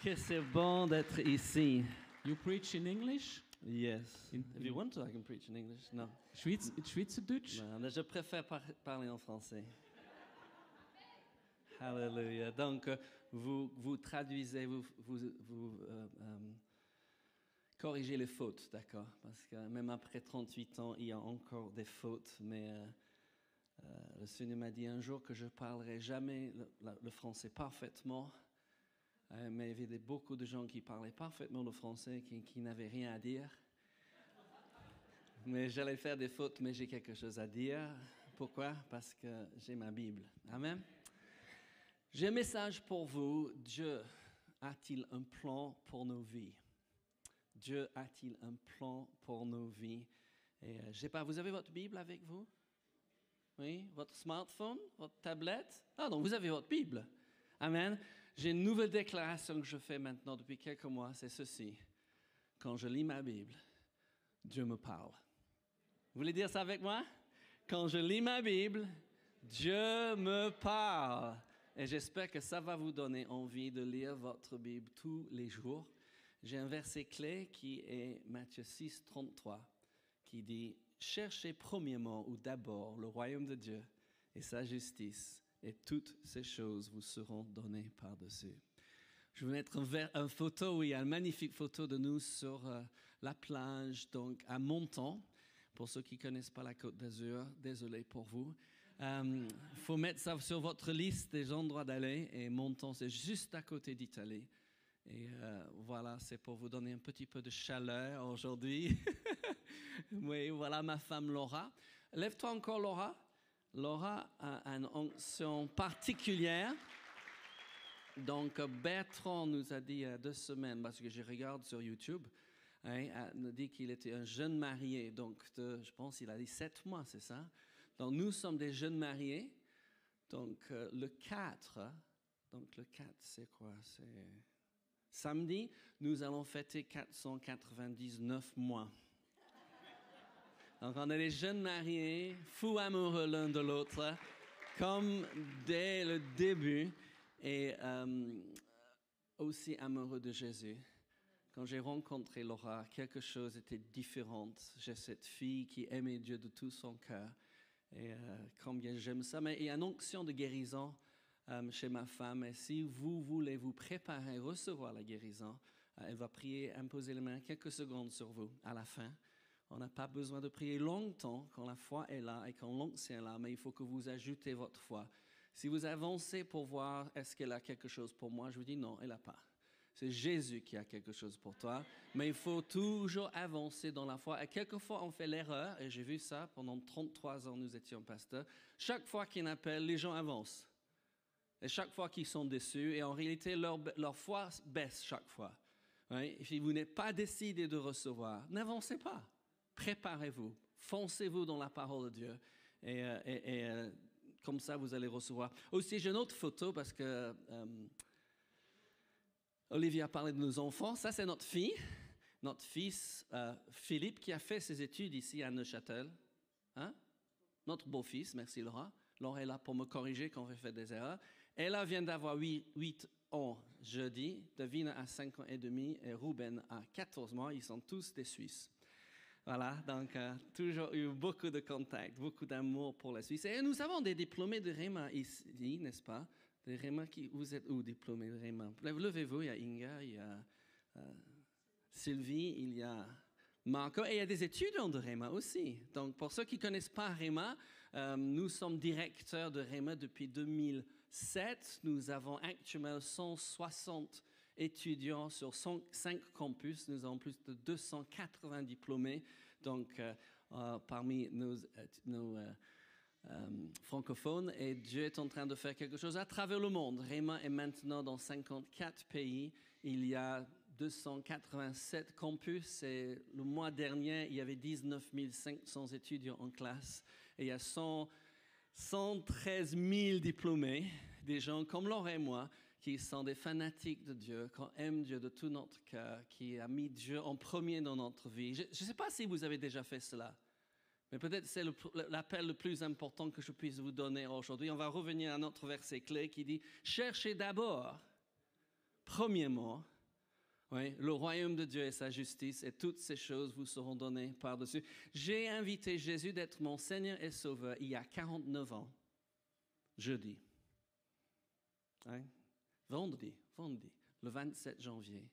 Que c'est bon d'être ici. You preach in English? Yes. If you want to, I can preach in English. No. Schweizerdeutsch? Non, je préfère parler en français. Hallelujah. Donc, vous traduisez, vous corrigez les fautes, d'accord? Parce que même après 38 ans, il y a encore des fautes. Mais le Seigneur m'a dit un jour que je parlerai jamais le français parfaitement. Mais il y avait beaucoup de gens qui parlaient parfaitement le français, qui n'avaient rien à dire. Mais j'allais faire des fautes, mais j'ai quelque chose à dire. Pourquoi? Parce que j'ai ma Bible. Amen. J'ai un message pour vous. Dieu a-t-il un plan pour nos vies? Dieu a-t-il un plan pour nos vies? Et je sais pas, vous avez votre Bible avec vous? Oui? Votre smartphone? Votre tablette? Ah, donc vous avez votre Bible. Amen. J'ai une nouvelle déclaration que je fais maintenant depuis quelques mois, c'est ceci. Quand je lis ma Bible, Dieu me parle. Vous voulez dire ça avec moi? Quand je lis ma Bible, Dieu me parle. Et j'espère que ça va vous donner envie de lire votre Bible tous les jours. J'ai un verset clé qui est Matthieu 6, 33, qui dit « Cherchez premièrement ou d'abord le royaume de Dieu et sa justice, et toutes ces choses vous seront données par-dessus. » Je vais mettre une photo, oui, une magnifique photo de nous sur la plage, donc à Menton. Pour ceux qui ne connaissent pas la Côte d'Azur, désolé pour vous. Il faut mettre ça sur votre liste des endroits d'aller. Et Menton, c'est juste à côté d'Italie. Et voilà, c'est pour vous donner un petit peu de chaleur aujourd'hui. Oui, voilà ma femme Laura. Lève-toi encore, Laura. Laura a une onction particulière. Donc, Bertrand nous a dit il y a 2 semaines, parce que je regarde sur YouTube, il nous dit qu'il était un jeune marié. Donc, je pense qu'il a dit 7 mois, c'est ça? Donc, nous sommes des jeunes mariés. Donc, le 4, c'est quoi? C'est samedi, nous allons fêter 499 mois. Donc, on est des jeunes mariés, fous amoureux l'un de l'autre, comme dès le début, et aussi amoureux de Jésus. Quand j'ai rencontré Laura, quelque chose était différent. J'ai cette fille qui aimait Dieu de tout son cœur, et combien j'aime ça. Mais il y a une onction de guérison chez ma femme, et si vous voulez vous préparer à recevoir la guérison, elle va prier, imposer les mains quelques secondes sur vous à la fin. On n'a pas besoin de prier longtemps quand la foi est là et quand l'onction est là, mais il faut que vous ajoutez votre foi. Si vous avancez pour voir est-ce qu'elle a quelque chose pour moi, je vous dis non, elle n'a pas. C'est Jésus qui a quelque chose pour toi, mais il faut toujours avancer dans la foi. Et quelquefois, on fait l'erreur, et j'ai vu ça pendant 33 ans, nous étions pasteurs. Chaque fois qu'il appelle, les gens avancent. Et chaque fois qu'ils sont déçus, et en réalité, leur foi baisse chaque fois. Oui? Si vous n'êtes pas décidé de recevoir, n'avancez pas. Préparez-vous, foncez-vous dans la parole de Dieu et comme ça vous allez recevoir. Aussi j'ai une autre photo parce que Olivier a parlé de nos enfants. Ça c'est notre fille, notre fils Philippe qui a fait ses études ici à Neuchâtel. Hein? Notre beau-fils, merci Laura. Laura est là pour me corriger quand je fais des erreurs. Ella vient d'avoir 8 ans jeudi, Davina a 5 ans et demi et Ruben a 14 mois. Ils sont tous des Suisses. Voilà, donc toujours eu beaucoup de contacts, beaucoup d'amour pour la Suisse. Et nous avons des diplômés de Réma ici, n'est-ce pas? Des Réma vous êtes où, diplômés de Réma? Levez-vous, il y a Inga, il y a Sylvie, il y a Marco, et il y a des étudiants de Réma aussi. Donc, pour ceux qui ne connaissent pas Réma, nous sommes directeurs de Réma depuis 2007. Nous avons actuellement 160 étudiants sur 5 campus. Nous avons plus de 280 diplômés. Donc, parmi nos francophones, et Dieu est en train de faire quelque chose à travers le monde. Réma est maintenant dans 54 pays. Il y a 287 campus et le mois dernier, il y avait 19 500 étudiants en classe et il y a 113 000 diplômés, des gens comme Laura et moi, qui sont des fanatiques de Dieu, qui aiment Dieu de tout notre cœur, qui a mis Dieu en premier dans notre vie. Je ne sais pas si vous avez déjà fait cela, mais peut-être c'est l'appel le plus important que je puisse vous donner aujourd'hui. On va revenir à notre verset clé qui dit « Cherchez d'abord, premièrement, Oui, le royaume de Dieu et sa justice, et toutes ces choses vous seront données par-dessus. J'ai invité Jésus d'être mon Seigneur et Sauveur il y a 49 ans, jeudi. Hein? Vendredi, le 27 janvier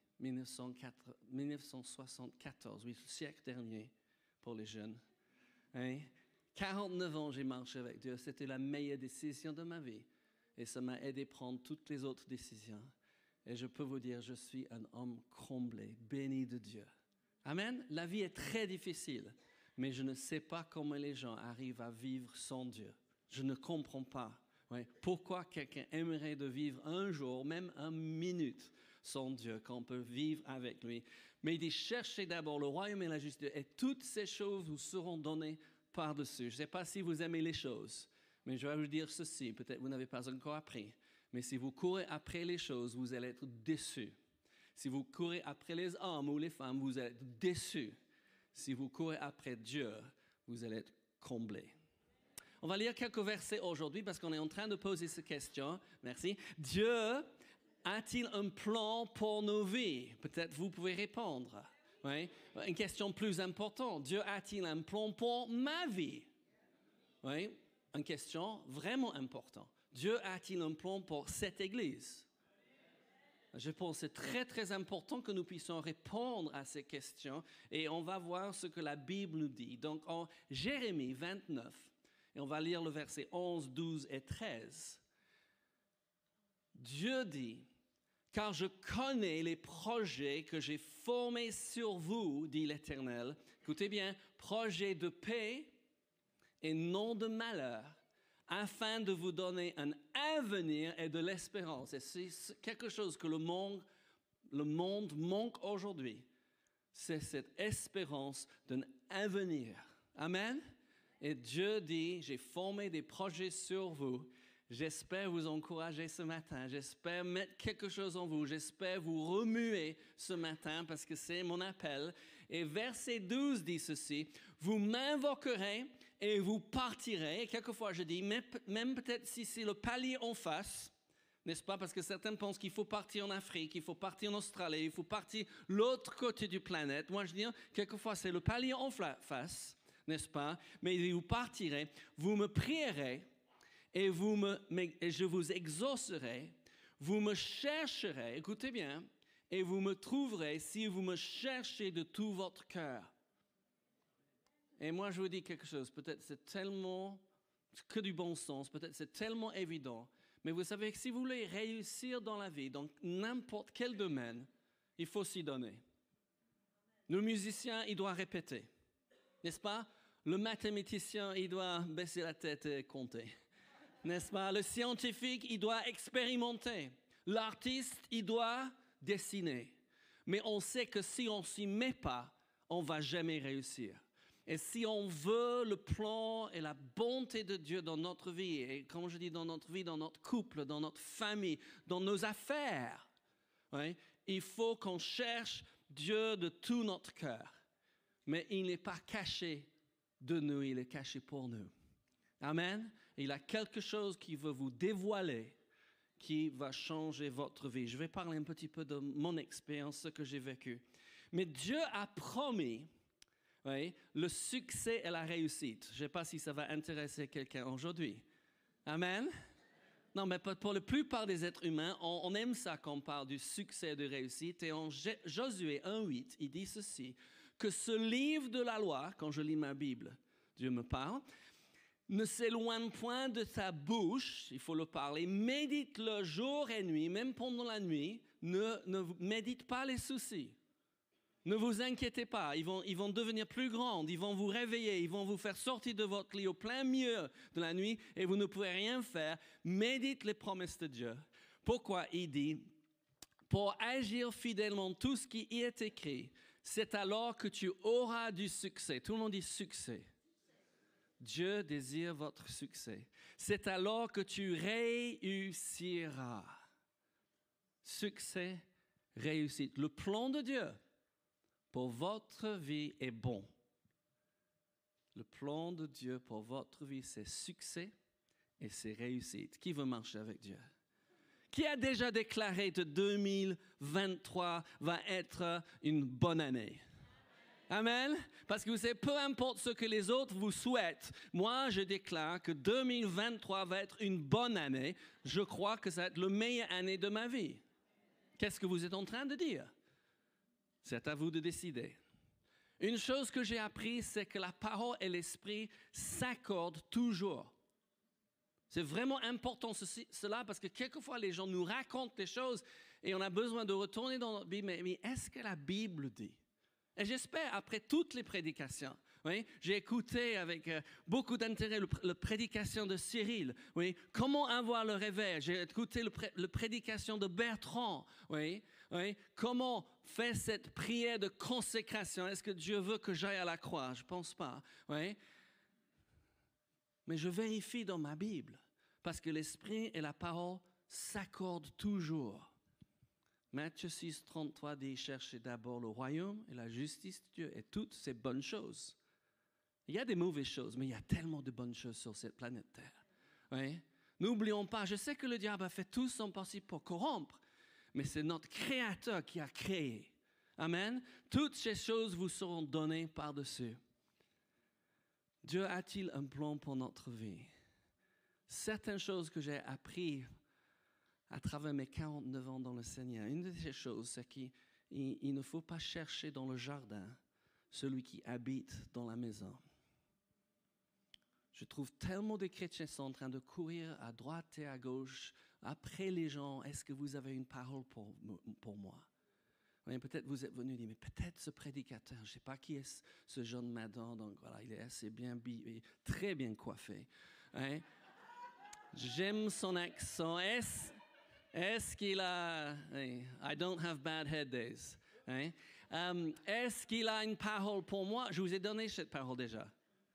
1974, oui, le siècle dernier pour les jeunes. Hein? 49 ans, j'ai marché avec Dieu. C'était la meilleure décision de ma vie. Et ça m'a aidé à prendre toutes les autres décisions. Et je peux vous dire, je suis un homme comblé, béni de Dieu. Amen. La vie est très difficile, mais je ne sais pas comment les gens arrivent à vivre sans Dieu. Je ne comprends pas. Ouais. Pourquoi quelqu'un aimerait de vivre un jour, même une minute, sans Dieu, quand on peut vivre avec lui. Mais il dit, cherchez d'abord le royaume et la justice, et toutes ces choses vous seront données par-dessus. Je ne sais pas si vous aimez les choses, mais je vais vous dire ceci, peut-être vous n'avez pas encore appris. Mais si vous courez après les choses, vous allez être déçus. Si vous courez après les hommes ou les femmes, vous allez être déçus. Si vous courez après Dieu, vous allez être comblés. On va lire quelques versets aujourd'hui parce qu'on est en train de poser cette question. Merci. Dieu a-t-il un plan pour nos vies? Peut-être vous pouvez répondre. Oui. Une question plus importante. Dieu a-t-il un plan pour ma vie? Oui. Une question vraiment importante. Dieu a-t-il un plan pour cette Église? Je pense que c'est très, très important que nous puissions répondre à ces questions et on va voir ce que la Bible nous dit. Donc, en Jérémie 29, et on va lire le verset 11, 12 et 13. Dieu dit, « Car je connais les projets que j'ai formés sur vous, dit l'Éternel. » Écoutez bien, projets de paix et non de malheur, afin de vous donner un avenir et de l'espérance. Et c'est quelque chose que le monde manque aujourd'hui. C'est cette espérance d'un avenir. Amen. Et Dieu dit, j'ai formé des projets sur vous. J'espère vous encourager ce matin. J'espère mettre quelque chose en vous. J'espère vous remuer ce matin parce que c'est mon appel. Et verset 12 dit ceci, vous m'invoquerez et vous partirez. Et quelquefois je dis, même peut-être si c'est le palier en face, n'est-ce pas? Parce que certains pensent qu'il faut partir en Afrique, il faut partir en Australie, il faut partir l'autre côté du planète. Moi je dis, quelquefois c'est le palier en face, n'est-ce pas? Mais vous partirez, vous me prierez et je vous exaucerai, vous me chercherez, écoutez bien, et vous me trouverez si vous me cherchez de tout votre cœur. Et moi, je vous dis quelque chose, peut-être c'est tellement que du bon sens, peut-être c'est tellement évident, mais vous savez que si vous voulez réussir dans la vie, dans n'importe quel domaine, il faut s'y donner. Le musicien, il doit répéter, n'est-ce pas? Le mathématicien, il doit baisser la tête et compter, n'est-ce pas? Le scientifique, il doit expérimenter. L'artiste, il doit dessiner. Mais on sait que si on ne s'y met pas, on ne va jamais réussir. Et si on veut le plan et la bonté de Dieu dans notre vie, et comme je dis dans notre vie, dans notre couple, dans notre famille, dans nos affaires, oui, il faut qu'on cherche Dieu de tout notre cœur. Mais il n'est pas caché de nous, il est caché pour nous. Amen. Il a quelque chose qui veut vous dévoiler, qui va changer votre vie. Je vais parler un petit peu de mon expérience, ce que j'ai vécu. Mais Dieu a promis, oui, le succès et la réussite. Je ne sais pas si ça va intéresser quelqu'un aujourd'hui. Amen. Non, mais pour la plupart des êtres humains, on aime ça quand on parle du succès et de réussite. Et en Josué 1,8, il dit ceci, que ce livre de la loi, quand je lis ma Bible, Dieu me parle, ne s'éloigne point de ta bouche, il faut le parler, médite-le jour et nuit, même pendant la nuit, ne médite pas les soucis. Ne vous inquiétez pas, ils vont devenir plus grands, ils vont vous réveiller, ils vont vous faire sortir de votre lit au plein milieu de la nuit et vous ne pouvez rien faire. Médite les promesses de Dieu. Pourquoi il dit, pour agir fidèlement tout ce qui y est écrit, c'est alors que tu auras du succès. Tout le monde dit succès. Dieu désire votre succès. C'est alors que tu réussiras. Succès, réussite. Le plan de Dieu pour votre vie est bon. Le plan de Dieu pour votre vie, c'est succès et c'est réussite. Qui veut marcher avec Dieu? Qui a déjà déclaré que 2023 va être une bonne année? Amen. Parce que vous savez, peu importe ce que les autres vous souhaitent, moi je déclare que 2023 va être une bonne année. Je crois que ça va être la meilleure année de ma vie. Qu'est-ce que vous êtes en train de dire? C'est à vous de décider. Une chose que j'ai appris, c'est que la parole et l'esprit s'accordent toujours. C'est vraiment important cela parce que quelquefois les gens nous racontent des choses et on a besoin de retourner dans notre Bible. Mais est-ce que la Bible dit? Et j'espère, après toutes les prédications, oui, j'ai écouté avec beaucoup d'intérêt la prédication de Cyril, oui, comment avoir le réveil. J'ai écouté la prédication de Bertrand, oui, comment faire cette prière de consécration. Est-ce que Dieu veut que j'aille à la croix? Je ne pense pas, oui. Mais je vérifie dans ma Bible, parce que l'esprit et la parole s'accordent toujours. Matthieu 6, 33 dit « Cherchez d'abord le royaume et la justice de Dieu et toutes ces bonnes choses. » Il y a des mauvaises choses, mais il y a tellement de bonnes choses sur cette planète Terre. Oui? N'oublions pas, je sais que le diable a fait tout son possible pour corrompre, mais c'est notre Créateur qui a créé. Amen. Toutes ces choses vous seront données par-dessus. Dieu a-t-il un plan pour notre vie? Certaines choses que j'ai apprises à travers mes 49 ans dans le Seigneur, une de ces choses, c'est qu'il ne faut pas chercher dans le jardin celui qui habite dans la maison. Je trouve tellement de chrétiens sont en train de courir à droite et à gauche après les gens. Est-ce que vous avez une parole pour moi? Oui, peut-être vous êtes venu dire, mais peut-être ce prédicateur, je ne sais pas qui est ce jeune madame, donc voilà, il est assez bien très bien coiffé. Hein? J'aime son accent. Est-ce qu'il a... I don't have bad hair days. Hein? Est-ce qu'il a une parole pour moi? Je vous ai donné cette parole déjà.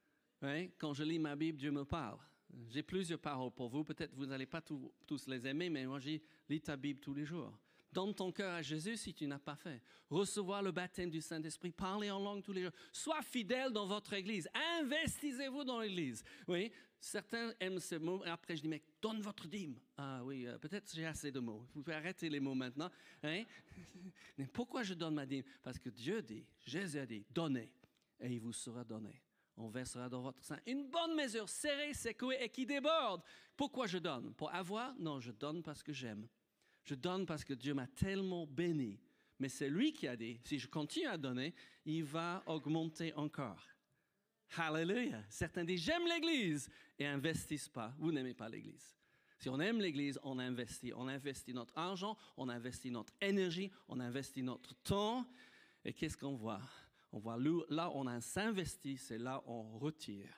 Hein? Quand je lis ma Bible, Dieu me parle. J'ai plusieurs paroles pour vous. Peut-être vous n'allez pas tous les aimer, mais moi, je lis ta Bible tous les jours. Donne ton cœur à Jésus si tu n'as pas fait. Recevoir le baptême du Saint-Esprit. Parlez en langue tous les jours. Sois fidèle dans votre Église. Investissez-vous dans l'Église. Oui, certains aiment ce mot. Et après, je dis, mais donne votre dîme. Ah oui, peut-être j'ai assez de mots. Vous pouvez arrêter les mots maintenant. Hein? Mais pourquoi je donne ma dîme? Parce que Dieu dit, Jésus a dit, donnez et il vous sera donné. On versera dans votre sein une bonne mesure, serrée, secouée et qui déborde. Pourquoi je donne? Pour avoir? Non, je donne parce que j'aime. Je donne parce que Dieu m'a tellement béni. Mais c'est lui qui a dit, si je continue à donner, il va augmenter encore. Hallelujah. Certains disent, j'aime l'Église et n'investissent pas. Vous n'aimez pas l'Église. Si on aime l'Église, on investit. On investit notre argent, on investit notre énergie, on investit notre temps. Et qu'est-ce qu'on voit? On voit là où on s'investit, c'est là où on retire.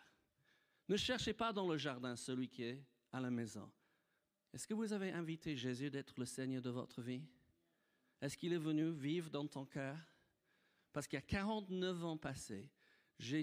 Ne cherchez pas dans le jardin celui qui est à la maison. Est-ce que vous avez invité Jésus d'être le Seigneur de votre vie? Est-ce qu'il est venu vivre dans ton cœur? Parce qu'il y a 49 ans passés, j'ai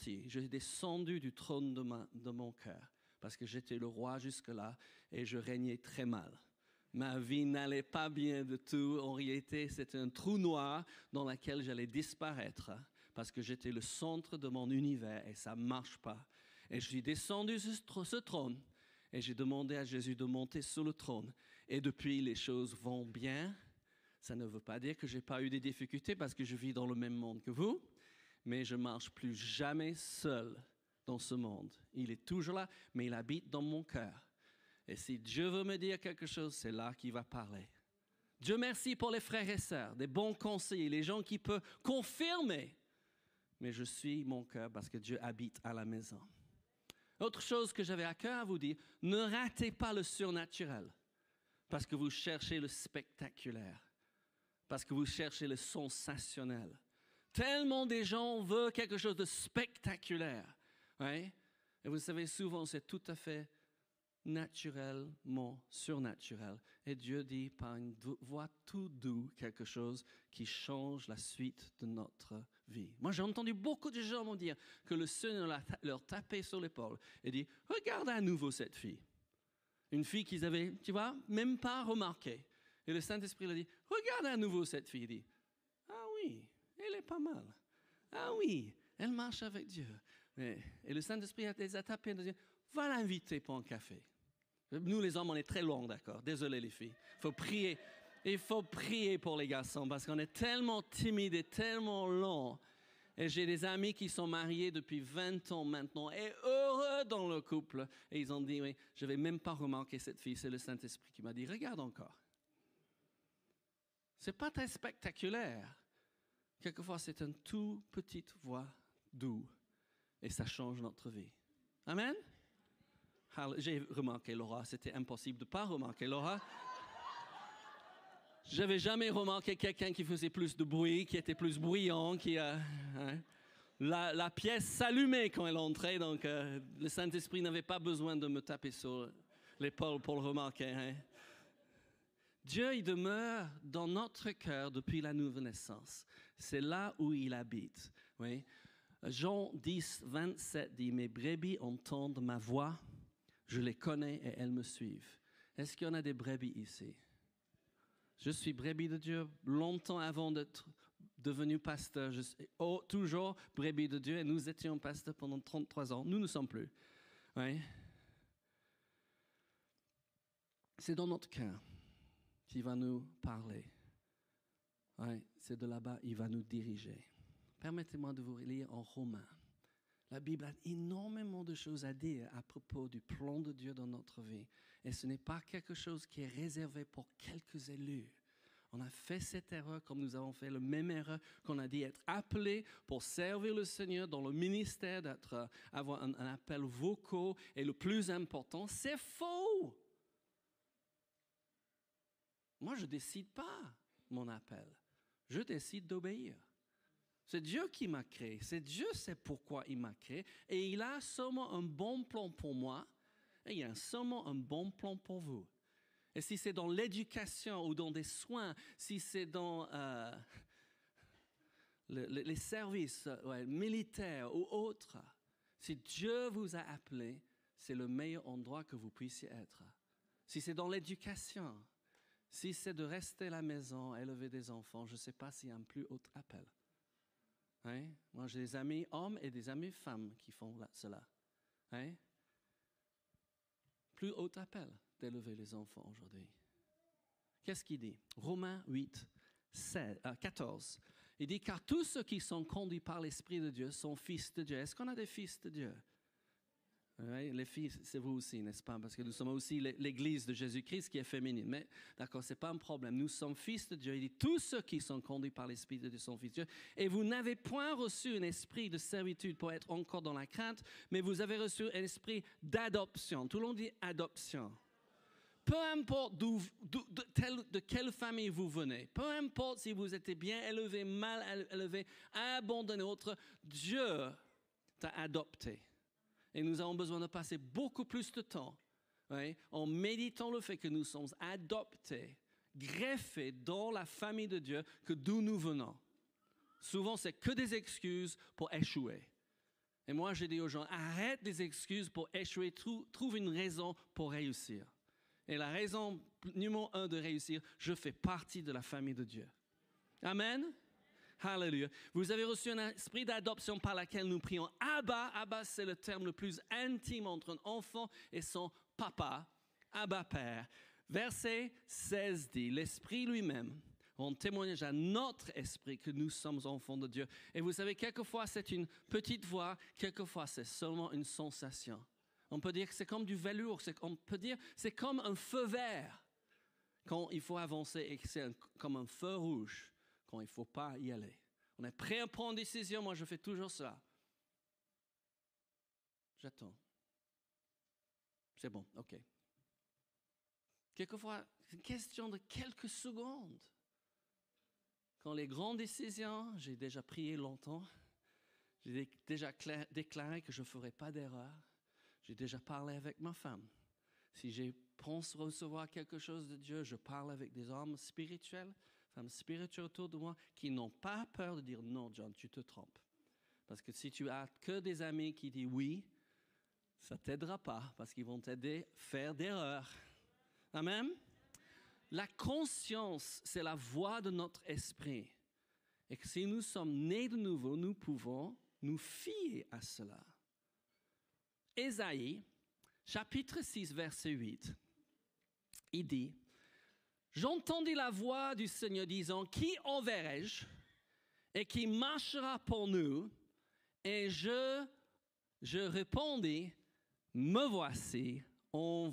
descendu du trône de mon cœur. Parce que j'étais le roi jusque-là et je régnais très mal. Ma vie n'allait pas bien du tout. En réalité, c'était un trou noir dans lequel j'allais disparaître. Parce que j'étais le centre de mon univers et ça ne marche pas. Et je suis descendu sur ce trône. Et j'ai demandé à Jésus de monter sur le trône. Et depuis, les choses vont bien. Ça ne veut pas dire que je n'ai pas eu des difficultés parce que je vis dans le même monde que vous. Mais je ne marche plus jamais seul dans ce monde. Il est toujours là, mais il habite dans mon cœur. Et si Dieu veut me dire quelque chose, c'est là qu'il va parler. Dieu merci pour les frères et sœurs, des bons conseillers, les gens qui peuvent confirmer. Mais je suis mon cœur parce que Dieu habite à la maison. Autre chose que j'avais à cœur à vous dire, ne ratez pas le surnaturel parce que vous cherchez le spectaculaire, parce que vous cherchez le sensationnel. Tellement des gens veulent quelque chose de spectaculaire. Oui? Et vous savez, souvent, c'est tout à fait naturellement surnaturel. Et Dieu dit par une voix tout douce quelque chose qui change la suite de notre vie. Moi, j'ai entendu beaucoup de gens me dire que le Seigneur leur tapait sur l'épaule et dit, regarde à nouveau cette fille. Une fille qu'ils avaient, tu vois, même pas remarquée. Et le Saint-Esprit leur dit, regarde à nouveau cette fille. Il dit, ah oui, elle est pas mal. Ah oui, elle marche avec Dieu. Et le Saint-Esprit les a tapés et a dit, va l'inviter pour un café. Nous, les hommes, on est très longs, d'accord? Désolé, les filles. Il faut prier. Il faut prier pour les garçons parce qu'on est tellement timides et tellement longs. Et j'ai des amis qui sont mariés depuis 20 ans maintenant et heureux dans le couple. Et ils ont dit, oui, je ne vais même pas remarquer cette fille. C'est le Saint-Esprit qui m'a dit, regarde encore. Ce n'est pas très spectaculaire. Quelquefois, c'est une toute petite voix douce et ça change notre vie. Amen? J'ai remarqué Laura, c'était impossible de ne pas remarquer Laura. Je n'avais jamais remarqué quelqu'un qui faisait plus de bruit, qui était plus bruyant, la pièce s'allumait quand elle entrait, donc le Saint-Esprit n'avait pas besoin de me taper sur l'épaule pour le remarquer. Hein. Dieu, il demeure dans notre cœur depuis la nouvelle naissance. C'est là où il habite. Oui. Jean 10, 27 dit, « Mes brebis entendent ma voix, je les connais et elles me suivent. » Est-ce qu'il y en a des brebis ici? Je suis brebis de Dieu longtemps avant d'être devenu pasteur. Je suis toujours brebis de Dieu et nous étions pasteurs pendant 33 ans. Nous ne sommes plus. Oui. C'est dans notre cœur qu'il va nous parler. Oui, c'est de là-bas qu'il va nous diriger. Permettez-moi de vous lire en Romains. La Bible a énormément de choses à dire à propos du plan de Dieu dans notre vie. Et ce n'est pas quelque chose qui est réservé pour quelques élus. On a fait cette erreur comme nous avons fait la même erreur qu'on a dit être appelé pour servir le Seigneur dans le ministère, avoir un appel vocal. Et le plus important, c'est faux. Moi, je ne décide pas mon appel. Je décide d'obéir. C'est Dieu qui m'a créé. C'est Dieu, c'est pourquoi il m'a créé. Et il a seulement un bon plan pour moi. Et il y a seulement un bon plan pour vous. Et si c'est dans l'éducation ou dans des soins, si c'est dans les services militaires ou autres, si Dieu vous a appelé, c'est le meilleur endroit que vous puissiez être. Si c'est dans l'éducation, si c'est de rester à la maison, élever des enfants, je ne sais pas s'il y a un plus haut appel. Hein? Moi, j'ai des amis hommes et des amis femmes qui font cela. Hein? Plus haut appel d'élever les enfants aujourd'hui. Qu'est-ce qu'il dit? Romains 8, 14. Il dit, car tous ceux qui sont conduits par l'Esprit de Dieu sont fils de Dieu. Est-ce qu'on a des fils de Dieu? Oui, les filles, c'est vous aussi, n'est-ce pas? Parce que nous sommes aussi l'Église de Jésus-Christ qui est féminine. Mais d'accord, ce n'est pas un problème. Nous sommes fils de Dieu. Il dit, tous ceux qui sont conduits par l'Esprit de Dieu sont fils de Dieu. Et vous n'avez point reçu un esprit de servitude pour être encore dans la crainte, mais vous avez reçu un esprit d'adoption. Tout le monde dit adoption. Peu importe de quelle famille vous venez, peu importe si vous êtes bien élevé, mal élevé, abandonné, autre, Dieu t'a adopté. Et nous avons besoin de passer beaucoup plus de temps en méditant le fait que nous sommes adoptés, greffés dans la famille de Dieu que d'où nous venons. Souvent, c'est que des excuses pour échouer. Et moi, je dis aux gens, arrête des excuses pour échouer, trouve une raison pour réussir. Et la raison numéro 1 de réussir, je fais partie de la famille de Dieu. Amen. Alléluia. Vous avez reçu un esprit d'adoption par lequel nous prions Abba. Abba, c'est le terme le plus intime entre un enfant et son papa. Abba, Père. Verset 16 dit, l'Esprit lui-même rend témoignage à notre esprit que nous sommes enfants de Dieu. Et vous savez, quelquefois c'est une petite voix, quelquefois c'est seulement une sensation. On peut dire que c'est comme du velours, on peut dire que c'est comme un feu vert quand il faut avancer et que c'est comme un feu rouge quand il ne faut pas y aller. On est prêt à prendre des décisions, moi je fais toujours ça. J'attends. C'est bon, ok. Quelquefois, c'est une question de quelques secondes. Quand les grandes décisions, j'ai déjà prié longtemps, j'ai déjà déclaré que je ne ferai pas d'erreur. J'ai déjà parlé avec ma femme. Si je pense recevoir quelque chose de Dieu, je parle avec des hommes spirituels, femmes spirituelles autour de moi, qui n'ont pas peur de dire non, John, tu te trompes. Parce que si tu as que des amis qui disent oui, ça ne t'aidera pas, parce qu'ils vont t'aider à faire d'erreurs. Amen? La conscience, c'est la voix de notre esprit. Et que si nous sommes nés de nouveau, nous pouvons nous fier à cela. Ésaïe, chapitre 6, verset 8, il dit, « J'entendis la voix du Seigneur disant, qui enverrai-je et qui marchera pour nous? Et je répondis, me voici, envoie-moi. »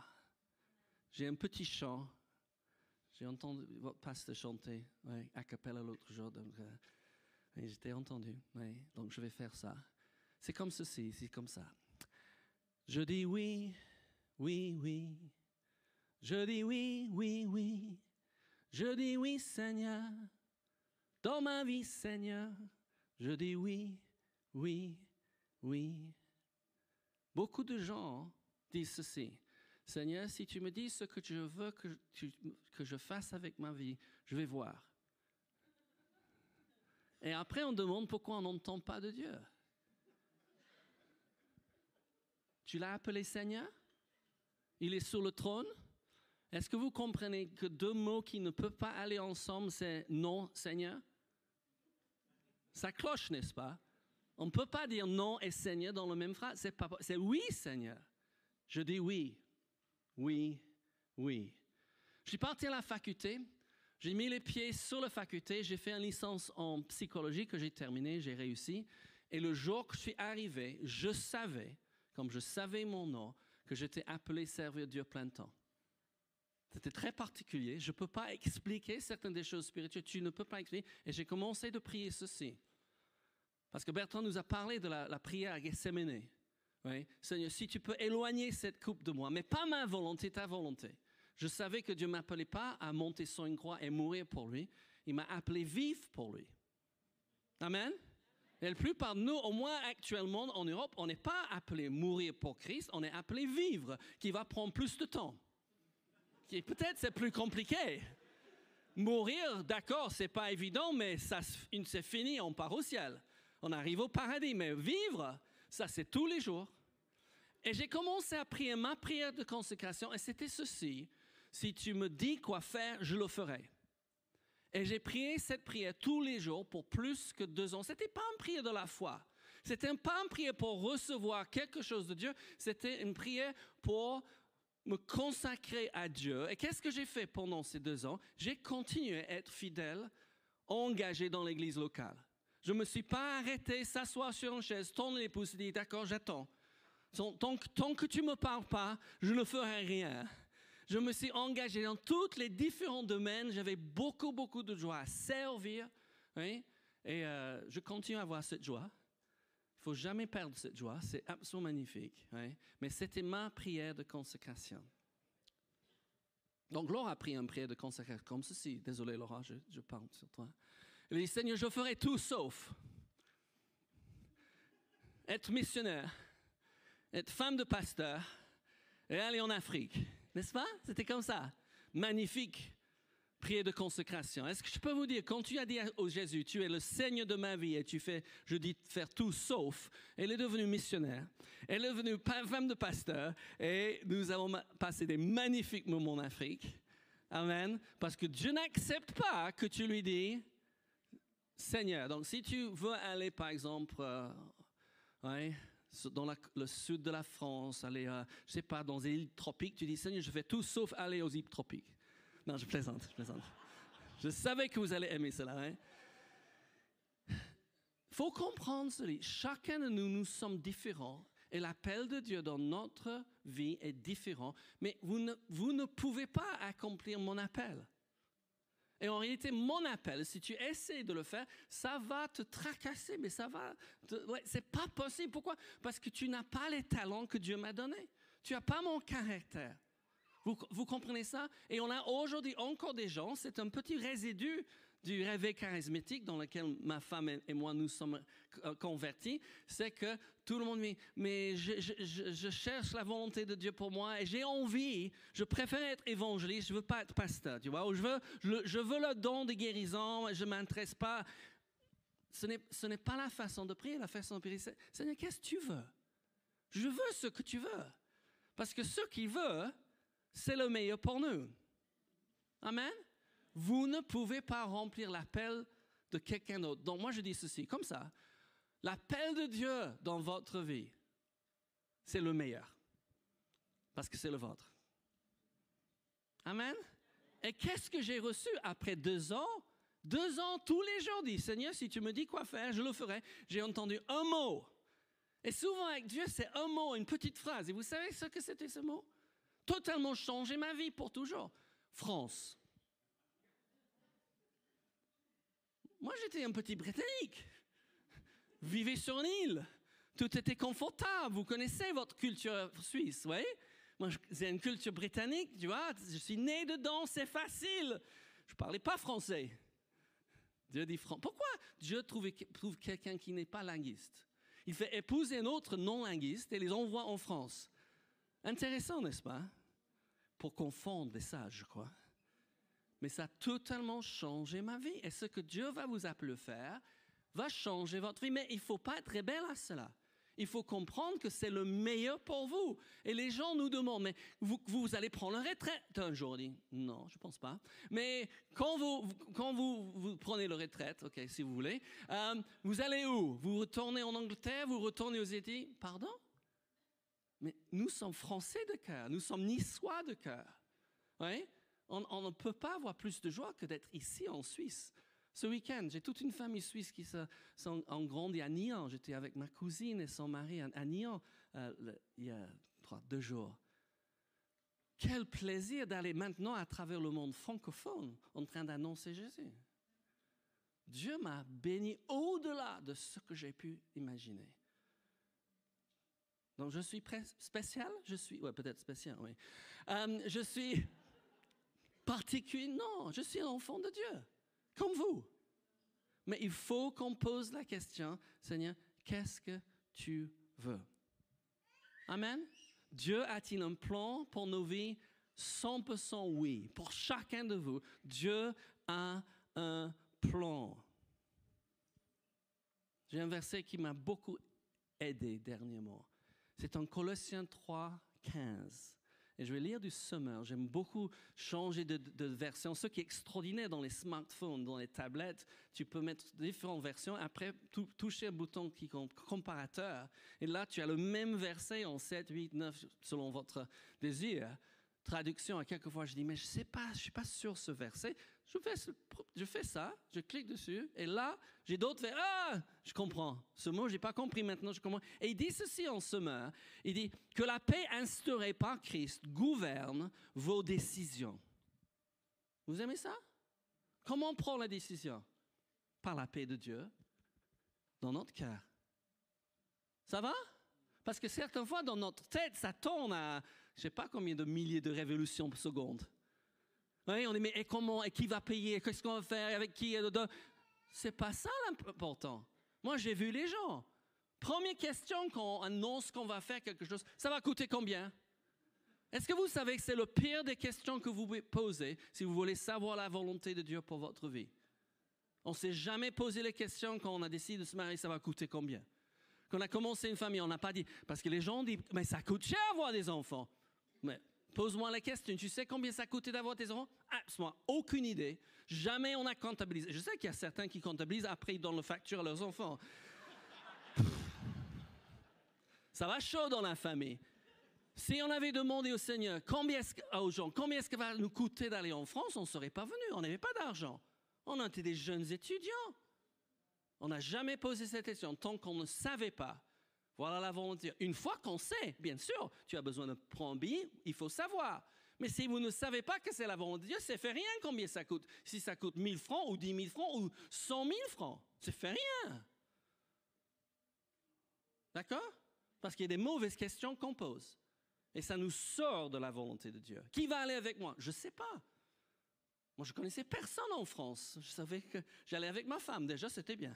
J'ai un petit chant. J'ai entendu votre pasteur chanter a cappella l'autre jour. Donc, j'étais entendu. Donc, je vais faire ça. C'est comme ceci, c'est comme ça. Je dis oui, oui, oui. Je dis oui, oui, oui. Je dis oui, Seigneur. Dans ma vie, Seigneur. Je dis oui, oui, oui. Beaucoup de gens disent ceci. Seigneur, si tu me dis ce que je veux que je fasse avec ma vie, je vais voir. Et après, on demande pourquoi on n'entend pas de Dieu. Tu l'as appelé Seigneur? Il est sur le trône? Est-ce que vous comprenez que deux mots qui ne peuvent pas aller ensemble, c'est non, Seigneur? Ça cloche, n'est-ce pas? On ne peut pas dire non et Seigneur dans la même phrase. C'est oui, Seigneur. Je dis oui. Oui, oui. Je suis parti à la faculté. J'ai mis les pieds sur la faculté. J'ai fait une licence en psychologie que j'ai terminée. J'ai réussi. Et le jour que je suis arrivé, je savais, comme je savais mon nom, que j'étais appelé servir Dieu plein temps. C'était très particulier. Je ne peux pas expliquer certaines des choses spirituelles. Tu ne peux pas expliquer. Et j'ai commencé de prier ceci. Parce que Bertrand nous a parlé de la prière à Gethsémane. Oui. Seigneur, si tu peux éloigner cette coupe de moi, mais pas ma volonté, ta volonté. Je savais que Dieu ne m'appelait pas à monter sur une croix et mourir pour lui. Il m'a appelé vivre pour lui. Amen. Et la plupart de nous, au moins actuellement en Europe, on n'est pas appelé mourir pour Christ, on est appelé vivre, qui va prendre plus de temps. Peut-être c'est plus compliqué. Mourir, d'accord, c'est pas évident, mais ça, c'est fini, on part au ciel. On arrive au paradis, mais vivre, ça c'est tous les jours. Et j'ai commencé à prier ma prière de consécration, et c'était ceci. Si tu me dis quoi faire, je le ferai. Et j'ai prié cette prière tous les jours pour plus que 2 ans. Ce n'était pas une prière de la foi. Ce n'était pas une prière pour recevoir quelque chose de Dieu. C'était une prière pour me consacrer à Dieu. Et qu'est-ce que j'ai fait pendant ces 2 ans? J'ai continué à être fidèle, engagé dans l'église locale. Je ne me suis pas arrêté, s'asseoir sur une chaise, tourner les pouces et dire, d'accord, j'attends. Tant que tu ne me parles pas, je ne ferai rien. Je me suis engagé dans tous les différents domaines. J'avais beaucoup, beaucoup de joie à servir. Oui? Et je continue à avoir cette joie. Il ne faut jamais perdre cette joie. C'est absolument magnifique. Oui? Mais c'était ma prière de consécration. Donc, Laura a pris une prière de consécration comme ceci. Désolé, Laura, je parle sur toi. Il dit, Seigneur, je ferai tout sauf être missionnaire, être femme de pasteur et aller en Afrique. N'est-ce pas? C'était comme ça. Magnifique prière de consécration. Est-ce que je peux vous dire, quand tu as dit au Jésus, tu es le Seigneur de ma vie et tu fais, je dis faire tout sauf, elle est devenue missionnaire, elle est devenue femme de pasteur et nous avons passé des magnifiques moments en Afrique. Amen. Parce que Dieu n'accepte pas que tu lui dis, Seigneur, donc si tu veux aller par exemple dans le sud de la France, aller, je ne sais pas, dans les îles tropiques, tu dis, Seigneur, je fais tout sauf aller aux îles tropiques. Non, je plaisante. Je savais que vous allez aimer cela. Il faut comprendre cela. Chacun de nous, nous sommes différents. Et l'appel de Dieu dans notre vie est différent. Mais vous ne pouvez pas accomplir mon appel. Et en réalité, mon appel, si tu essaies de le faire, ça va te tracasser, mais c'est pas possible. Pourquoi? Parce que tu n'as pas les talents que Dieu m'a donnés. Tu n'as pas mon caractère. Vous comprenez ça? Et on a aujourd'hui encore des gens, c'est un petit résidu du réveil charismatique dans lequel ma femme et moi nous sommes convertis, c'est que tout le monde dit, mais je cherche la volonté de Dieu pour moi et j'ai envie, je préfère être évangéliste, je ne veux pas être pasteur, tu vois, ou je veux le don de guérison, je ne m'intéresse pas. Ce n'est pas la façon de prier, la façon de prier, c'est, Seigneur, qu'est-ce que tu veux? Je veux ce que tu veux. Parce que ce qu'il veut, c'est le meilleur pour nous. Amen? Vous ne pouvez pas remplir l'appel de quelqu'un d'autre. Donc moi je dis ceci, comme ça, l'appel de Dieu dans votre vie, c'est le meilleur. parce que c'est le vôtre. Amen. Et qu'est-ce que j'ai reçu après 2 ans? 2 ans, tous les jours, dit Seigneur, si tu me dis quoi faire, je le ferai. J'ai entendu un mot. Et souvent avec Dieu, c'est un mot, une petite phrase. Et vous savez ce que c'était ce mot? Totalement changé ma vie pour toujours. France. Moi, j'étais un petit Britannique. Vivais sur une île. Tout était confortable. Vous connaissez votre culture suisse, oui? Moi, j'ai une culture britannique, tu vois. Je suis né dedans, c'est facile. Je ne parlais pas français. Dieu dit français. Pourquoi Dieu trouve quelqu'un qui n'est pas linguiste? Il fait épouser un autre non-linguiste et les envoie en France. Intéressant, n'est-ce pas? Pour confondre les sages, je crois. Mais ça a totalement changé ma vie. Et ce que Dieu va vous appeler à faire va changer votre vie. Mais il ne faut pas être rebelle à cela. Il faut comprendre que c'est le meilleur pour vous. Et les gens nous demandent, mais vous allez prendre la retraite un jour? On dit, non, je ne pense pas. Mais quand vous prenez la retraite, ok, si vous voulez, vous allez où? Vous retournez en Angleterre? Vous retournez aux États-Unis? Pardon? Mais nous sommes Français de cœur. Nous sommes Niçois de cœur. Oui? On ne peut pas avoir plus de joie que d'être ici en Suisse. Ce week-end, j'ai toute une famille suisse qui ont grandi à Nyon. J'étais avec ma cousine et son mari à Nyon il y a 2 jours. Quel plaisir d'aller maintenant à travers le monde francophone en train d'annoncer Jésus. Dieu m'a béni au-delà de ce que j'ai pu imaginer. Donc je suis spécial? Oui, peut-être spécial, oui. Je suis particulier? Non, je suis un enfant de Dieu. Comme vous. Mais il faut qu'on pose la question, Seigneur, qu'est-ce que tu veux? Amen. Dieu a-t-il un plan pour nos vies? 100% oui. Pour chacun de vous, Dieu a un plan. J'ai un verset qui m'a beaucoup aidé dernièrement. C'est en Colossiens 3, 15. Et je vais lire du Semeur. J'aime beaucoup changer de version. Ce qui est extraordinaire dans les smartphones, dans les tablettes, tu peux mettre différentes versions. Après, toucher un bouton qui compte comparateur. Et là, tu as le même verset en 7, 8, 9, selon votre désir. Traduction, à quelques fois, je dis, mais je ne suis pas sûr ce verset. Je fais ça, je clique dessus, et là, j'ai d'autres versets. Ah, je comprends. Ce mot, je n'ai pas compris, maintenant je comprends. Et il dit ceci en Semeur. Il dit que la paix instaurée par Christ gouverne vos décisions. Vous aimez ça? Comment on prend la décision? Par la paix de Dieu dans notre cœur. Ça va? Parce que certaines fois, dans notre tête, ça tourne à, je ne sais pas combien de milliers de révolutions par seconde. Oui, on dit, mais et comment, et qui va payer, qu'est-ce qu'on va faire, avec qui? C'est pas ça l'important. Moi, j'ai vu les gens. Première question quand on annonce qu'on va faire quelque chose, ça va coûter combien? Est-ce que vous savez que c'est le pire des questions que vous pouvez poser si vous voulez savoir la volonté de Dieu pour votre vie? On ne s'est jamais posé les questions quand on a décidé de se marier, ça va coûter combien? Quand on a commencé une famille, on n'a pas dit, parce que les gens disent, mais ça coûte cher avoir des enfants. Mais pose-moi la question, tu sais combien ça coûtait d'avoir tes enfants? Absolument aucune idée. Jamais on a comptabilisé. Je sais qu'il y a certains qui comptabilisent, après ils donnent la facture à leurs enfants. Ça va chaud dans la famille. Si on avait demandé au Seigneur, aux gens, combien est-ce que va nous coûter d'aller en France, on ne serait pas venus, on n'avait pas d'argent. On était des jeunes étudiants. On n'a jamais posé cette question tant qu'on ne savait pas. Voilà la volonté. Une fois qu'on sait, bien sûr, tu as besoin de prendre un billet, il faut savoir. Mais si vous ne savez pas que c'est la volonté de Dieu, ça ne fait rien combien ça coûte. Si ça coûte 1000 francs ou 10 000 francs ou 100 000 francs, ça ne fait rien. D'accord? Parce qu'il y a des mauvaises questions qu'on pose. Et ça nous sort de la volonté de Dieu. Qui va aller avec moi? Je ne sais pas. Moi, je ne connaissais personne en France. Je savais que j'allais avec ma femme. Déjà, c'était bien.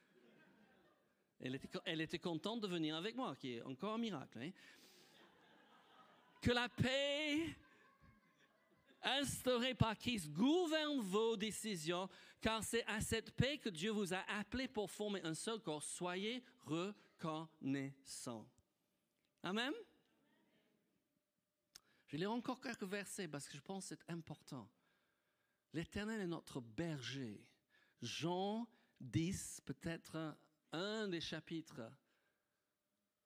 Elle était contente de venir avec moi, qui est encore un miracle. Hein? Que la paix instaurée par Christ gouverne vos décisions, car c'est à cette paix que Dieu vous a appelé pour former un seul corps. Soyez reconnaissants. Amen? Je vais lire encore quelques versets parce que je pense que c'est important. L'Éternel est notre berger. Jean 10, peut-être un des chapitres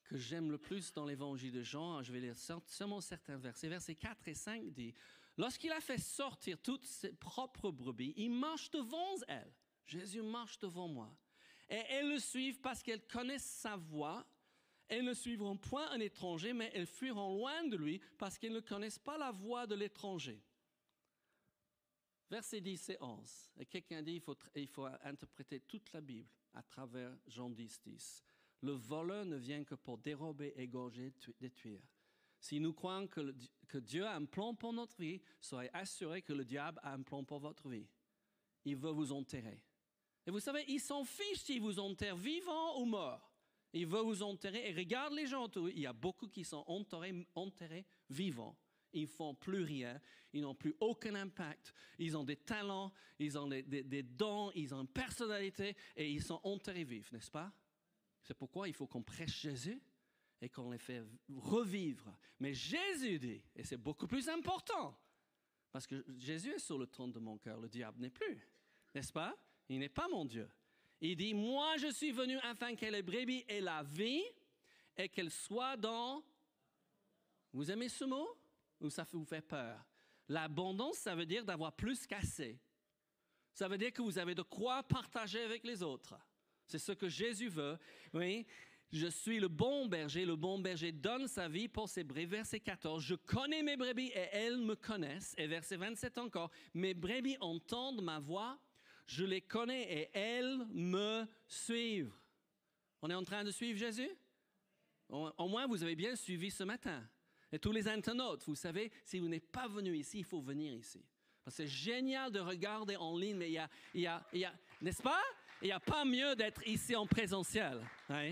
que j'aime le plus dans l'évangile de Jean. Je vais lire seulement certains versets. Versets 4 et 5 dit, « Lorsqu'il a fait sortir toutes ses propres brebis, il marche devant elles. » Jésus marche devant moi. « Et elles le suivent parce qu'elles connaissent sa voix. Elles ne suivront point un étranger, mais elles fuiront loin de lui parce qu'elles ne connaissent pas la voix de l'étranger. » Versets 10 et 11. Et quelqu'un dit il faut interpréter toute la Bible à travers Jean 10, 10. Le voleur ne vient que pour dérober, égorger, détruire. Si nous croyons que Dieu a un plan pour notre vie, soyez assurés que le diable a un plan pour votre vie. Il veut vous enterrer. Et vous savez, il s'en fiche s'il vous enterre vivant ou mort. Il veut vous enterrer. Et regarde les gens autour. Il y a beaucoup qui sont enterrés vivants. Ils ne font plus rien. Ils n'ont plus aucun impact. Ils ont des talents, ils ont des dons, ils ont une personnalité et ils sont enterrés vifs, n'est-ce pas? C'est pourquoi il faut qu'on prêche Jésus et qu'on les fait revivre. Mais Jésus dit, et c'est beaucoup plus important, parce que Jésus est sur le trône de mon cœur, le diable n'est plus, n'est-ce pas? Il n'est pas mon Dieu. Il dit, moi je suis venu afin que les brebis aient la vie et qu'elles soient dans... Vous aimez ce mot? Ou ça vous fait peur? L'abondance, ça veut dire d'avoir plus qu'assez. Ça veut dire que vous avez de quoi partager avec les autres. C'est ce que Jésus veut. Oui, je suis le bon berger donne sa vie pour ses brebis. Verset 14, je connais mes brebis et elles me connaissent. Et verset 27 encore, mes brebis entendent ma voix, je les connais et elles me suivent. On est en train de suivre Jésus? Au moins, vous avez bien suivi ce matin. Et tous les internautes, vous savez, si vous n'êtes pas venu ici, il faut venir ici. Parce que c'est génial de regarder en ligne, mais il y a n'est-ce pas? Il n'y a pas mieux d'être ici en présentiel. Hein?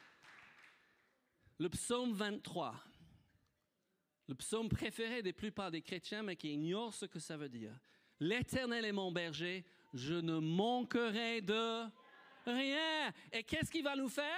Le psaume 23, le psaume préféré des plupart des chrétiens, mais qui ignorent ce que ça veut dire. L'Éternel est mon berger, je ne manquerai de rien. Et qu'est-ce qu'il va nous faire?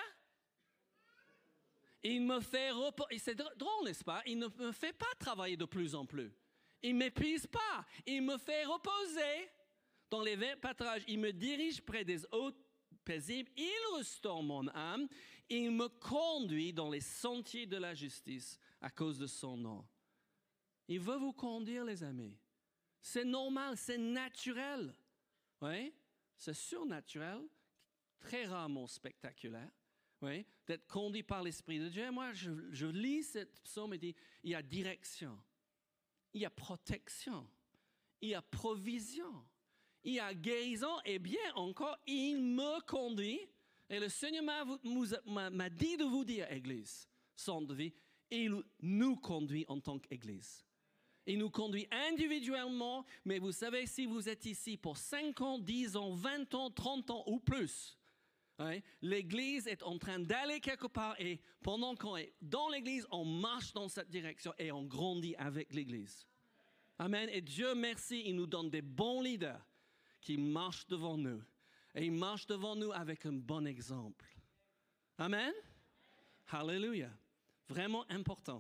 Il me fait reposer. C'est drôle, n'est-ce pas? Il ne me fait pas travailler de plus en plus. Il ne m'épuise pas. Il me fait reposer dans les verts pâturages. Il me dirige près des eaux paisibles. Il restaure mon âme. Il me conduit dans les sentiers de la justice à cause de son nom. Il veut vous conduire, les amis. C'est normal, c'est naturel. Oui, c'est surnaturel, très rarement spectaculaire. Oui, d'être conduit par l'Esprit de Dieu. Et moi, je lis cette psaume et dis, il y a direction, il y a protection, il y a provision, il y a guérison, et bien encore, il me conduit. Et le Seigneur m'a dit de vous dire, Église, Centre de vie, il nous conduit en tant qu'Église. Il nous conduit individuellement, mais vous savez, si vous êtes ici pour 5 ans, 10 ans, 20 ans, 30 ans ou plus, hein, l'Église est en train d'aller quelque part et pendant qu'on est dans l'Église, on marche dans cette direction et on grandit avec l'Église. Amen. Et Dieu merci, il nous donne des bons leaders qui marchent devant nous. Et ils marchent devant nous avec un bon exemple. Amen. Hallelujah. Vraiment important.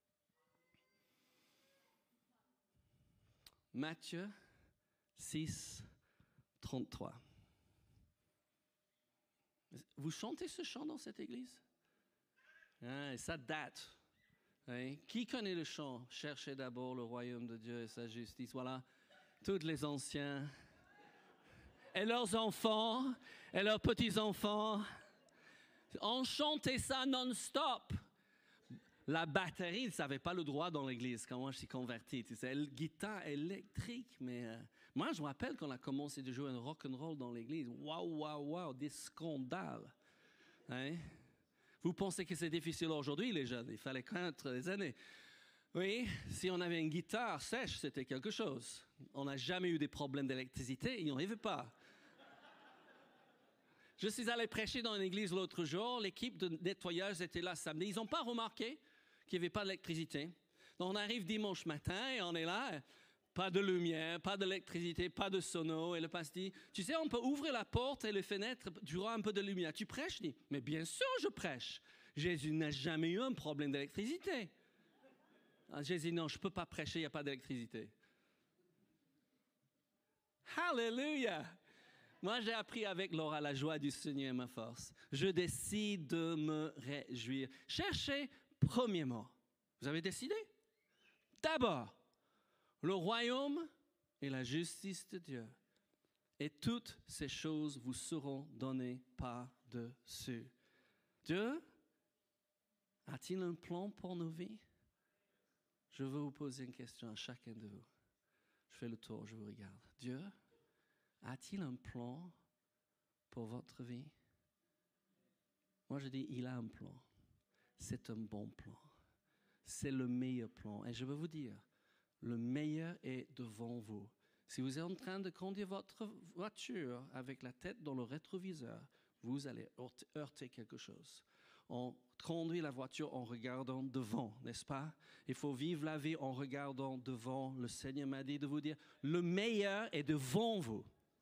Matthieu 6, 33. Vous chantez ce chant dans cette église? Hein, et ça date. Hein? Qui connaît le chant? Cherchez d'abord le royaume de Dieu et sa justice. Voilà, tous les anciens. Et leurs enfants, et leurs petits-enfants. On chantait ça non-stop. La batterie, ils ne savaient pas le droit dans l'église quand moi je suis converti. Tu sais, guitare électrique, mais moi je me rappelle quand on a commencé de jouer un rock'n'roll dans l'église. Waouh, des scandales. Hein? Vous pensez que c'est difficile aujourd'hui, les jeunes? Il fallait craindre les années. Oui, si on avait une guitare sèche, c'était quelque chose. On n'a jamais eu des problèmes d'électricité, il n'y en avait pas. Je suis allé prêcher dans une église l'autre jour, l'équipe de nettoyage était là samedi. Ils n'ont pas remarqué qu'il n'y avait pas d'électricité. Donc on arrive dimanche matin et on est là, pas de lumière, pas d'électricité, pas de sono. Et le pasteur dit, tu sais, on peut ouvrir la porte et les fenêtres, tu auras un peu de lumière. Tu prêches? Je dis, mais bien sûr je prêche. Jésus n'a jamais eu un problème d'électricité. Jésus dit, non, je ne peux pas prêcher, il n'y a pas d'électricité. Hallelujah! Moi, j'ai appris avec Laura la joie du Seigneur est ma force. Je décide de me réjouir. Cherchez premièrement. Vous avez décidé? D'abord, le royaume et la justice de Dieu. Et toutes ces choses vous seront données par-dessus. Dieu a-t-il un plan pour nos vies? Je veux vous poser une question à chacun de vous. Je fais le tour, je vous regarde. Dieu a-t-il un plan pour votre vie? Moi, je dis, il a un plan. C'est un bon plan. C'est le meilleur plan. Et je veux vous dire, le meilleur est devant vous. Si vous êtes en train de conduire votre voiture avec la tête dans le rétroviseur, vous allez heurter quelque chose. On conduit la voiture en regardant devant, n'est-ce pas? Il faut vivre la vie en regardant devant. Le Seigneur m'a dit de vous dire, le meilleur est devant vous.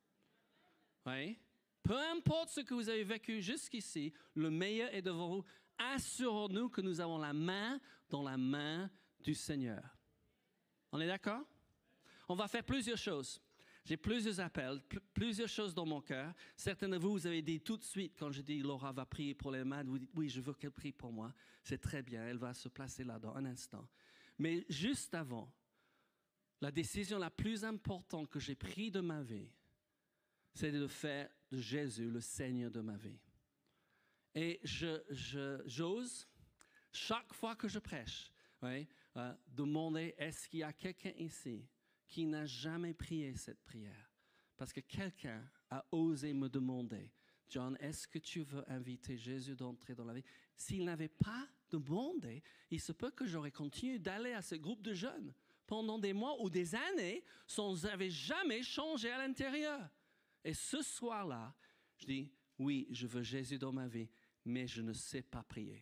Oui? Peu importe ce que vous avez vécu jusqu'ici, le meilleur est devant vous. Assurons-nous que nous avons la main dans la main du Seigneur. On est d'accord? On va faire plusieurs choses. J'ai plusieurs appels, plusieurs choses dans mon cœur. Certains de vous, vous avez dit tout de suite, quand je dis Laura va prier pour les malades, vous dites oui, je veux qu'elle prie pour moi. C'est très bien, elle va se placer là dans un instant. Mais juste avant, la décision la plus importante que j'ai prise de ma vie, c'est de faire de Jésus le Seigneur de ma vie. Et j'ose, chaque fois que je prêche, demander, est-ce qu'il y a quelqu'un ici qui n'a jamais prié cette prière? Parce que quelqu'un a osé me demander, John, est-ce que tu veux inviter Jésus d'entrer dans la vie? S'il n'avait pas demandé, il se peut que j'aurais continué d'aller à ce groupe de jeunes pendant des mois ou des années sans n'avoir jamais changé à l'intérieur. Et ce soir-là, je dis, oui, je veux Jésus dans ma vie, mais je ne sais pas prier.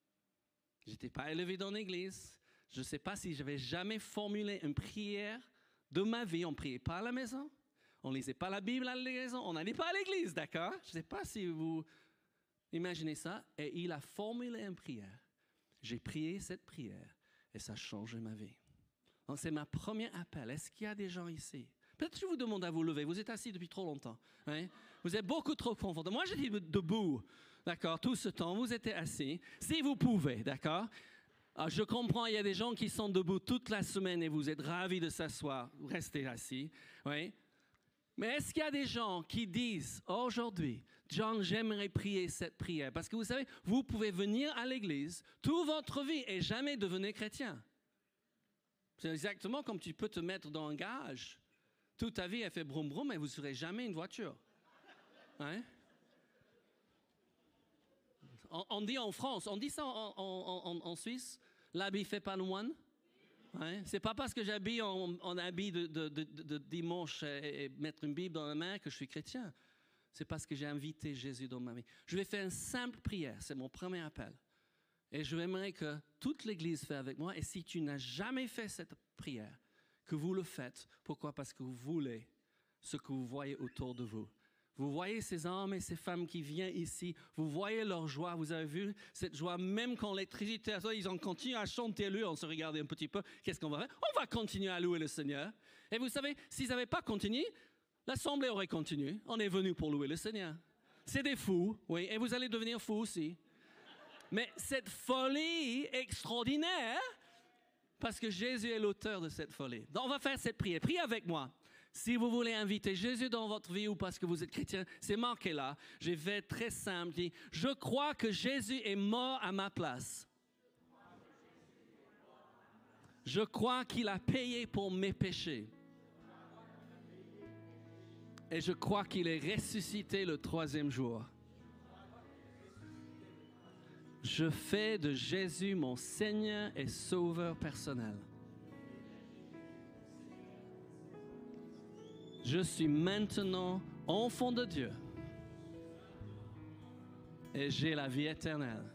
Je n'étais pas élevé dans l'église. Je ne sais pas si j'avais jamais formulé une prière de ma vie. On ne priait pas à la maison. On ne lisait pas la Bible à la maison. On n'allait pas à l'église, d'accord? Je ne sais pas si vous imaginez ça. Et il a formulé une prière. J'ai prié cette prière et ça a changé ma vie. Donc, c'est ma première appel. Est-ce qu'il y a des gens ici? Peut-être que je vous demande à vous lever. Vous êtes assis depuis trop longtemps. Hein? Vous êtes beaucoup trop confortable. Moi, j'étais debout, d'accord, tout ce temps. Vous êtes assis. Si vous pouvez, d'accord? Alors, je comprends, il y a des gens qui sont debout toute la semaine et vous êtes ravis de s'asseoir. Restez assis. Oui? Mais est-ce qu'il y a des gens qui disent aujourd'hui, John, j'aimerais prier cette prière? Parce que vous savez, vous pouvez venir à l'église toute votre vie et jamais devenir chrétien. C'est exactement comme tu peux te mettre dans un garage. Toute ta vie, elle fait broum broum et vous ne serez jamais une voiture. Hein? On dit en France, on dit ça en Suisse, l'habit ne fait pas le moine. Hein? Ce n'est pas parce que j'habille en habit de dimanche et mettre une Bible dans la main que je suis chrétien. C'est parce que j'ai invité Jésus dans ma vie. Je vais faire une simple prière, c'est mon premier appel. Et je aimerais que toute l'Église fasse avec moi. Et si tu n'as jamais fait cette prière, que vous le faites. Pourquoi? Parce que vous voulez ce que vous voyez autour de vous. Vous voyez ces hommes et ces femmes qui viennent ici, vous voyez leur joie, vous avez vu cette joie, même quand l'électricité, ils ont continué à chanter lui, on se regardait un petit peu, qu'est-ce qu'on va faire? On va continuer à louer le Seigneur. Et vous savez, s'ils n'avaient pas continué, l'assemblée aurait continué. On est venu pour louer le Seigneur. C'est des fous, oui, et vous allez devenir fous aussi. Mais cette folie extraordinaire, parce que Jésus est l'auteur de cette folie. Donc on va faire cette prière. Priez avec moi. Si vous voulez inviter Jésus dans votre vie ou parce que vous êtes chrétien, c'est marqué là. Je vais être très simple. Je dis, je crois que Jésus est mort à ma place. Je crois qu'il a payé pour mes péchés. Et je crois qu'il est ressuscité le 3e jour. Je fais de Jésus mon Seigneur et Sauveur personnel. Je suis maintenant enfant de Dieu. Et j'ai la vie éternelle.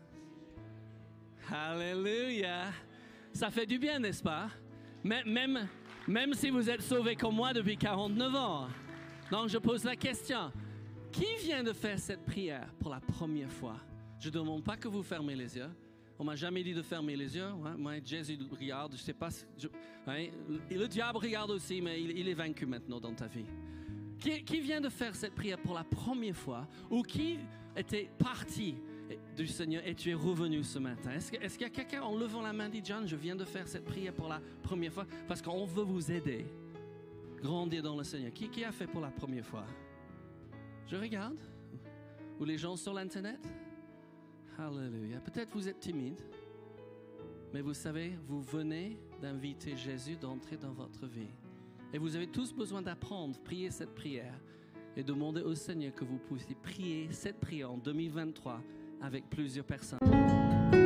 Alléluia. Ça fait du bien, n'est-ce pas? Même si vous êtes sauvés comme moi depuis 49 ans. Donc je pose la question. Qui vient de faire cette prière pour la première fois? Je ne demande pas que vous fermez les yeux. On ne m'a jamais dit de fermer les yeux. Hein? Moi, Jésus regarde, je ne sais pas. Le diable regarde aussi, mais il est vaincu maintenant dans ta vie. Qui vient de faire cette prière pour la première fois ou qui était parti du Seigneur et tu es revenu ce matin? Est-ce qu'il y a quelqu'un en levant la main dit, John, je viens de faire cette prière pour la première fois parce qu'on veut vous aider, grandir dans le Seigneur. Qui a fait pour la première fois? Je regarde. Ou les gens sur l'Internet? Alléluia. Peut-être vous êtes timide, mais vous savez, vous venez d'inviter Jésus d'entrer dans votre vie. Et vous avez tous besoin d'apprendre, prier cette prière et demander au Seigneur que vous puissiez prier cette prière en 2023 avec plusieurs personnes.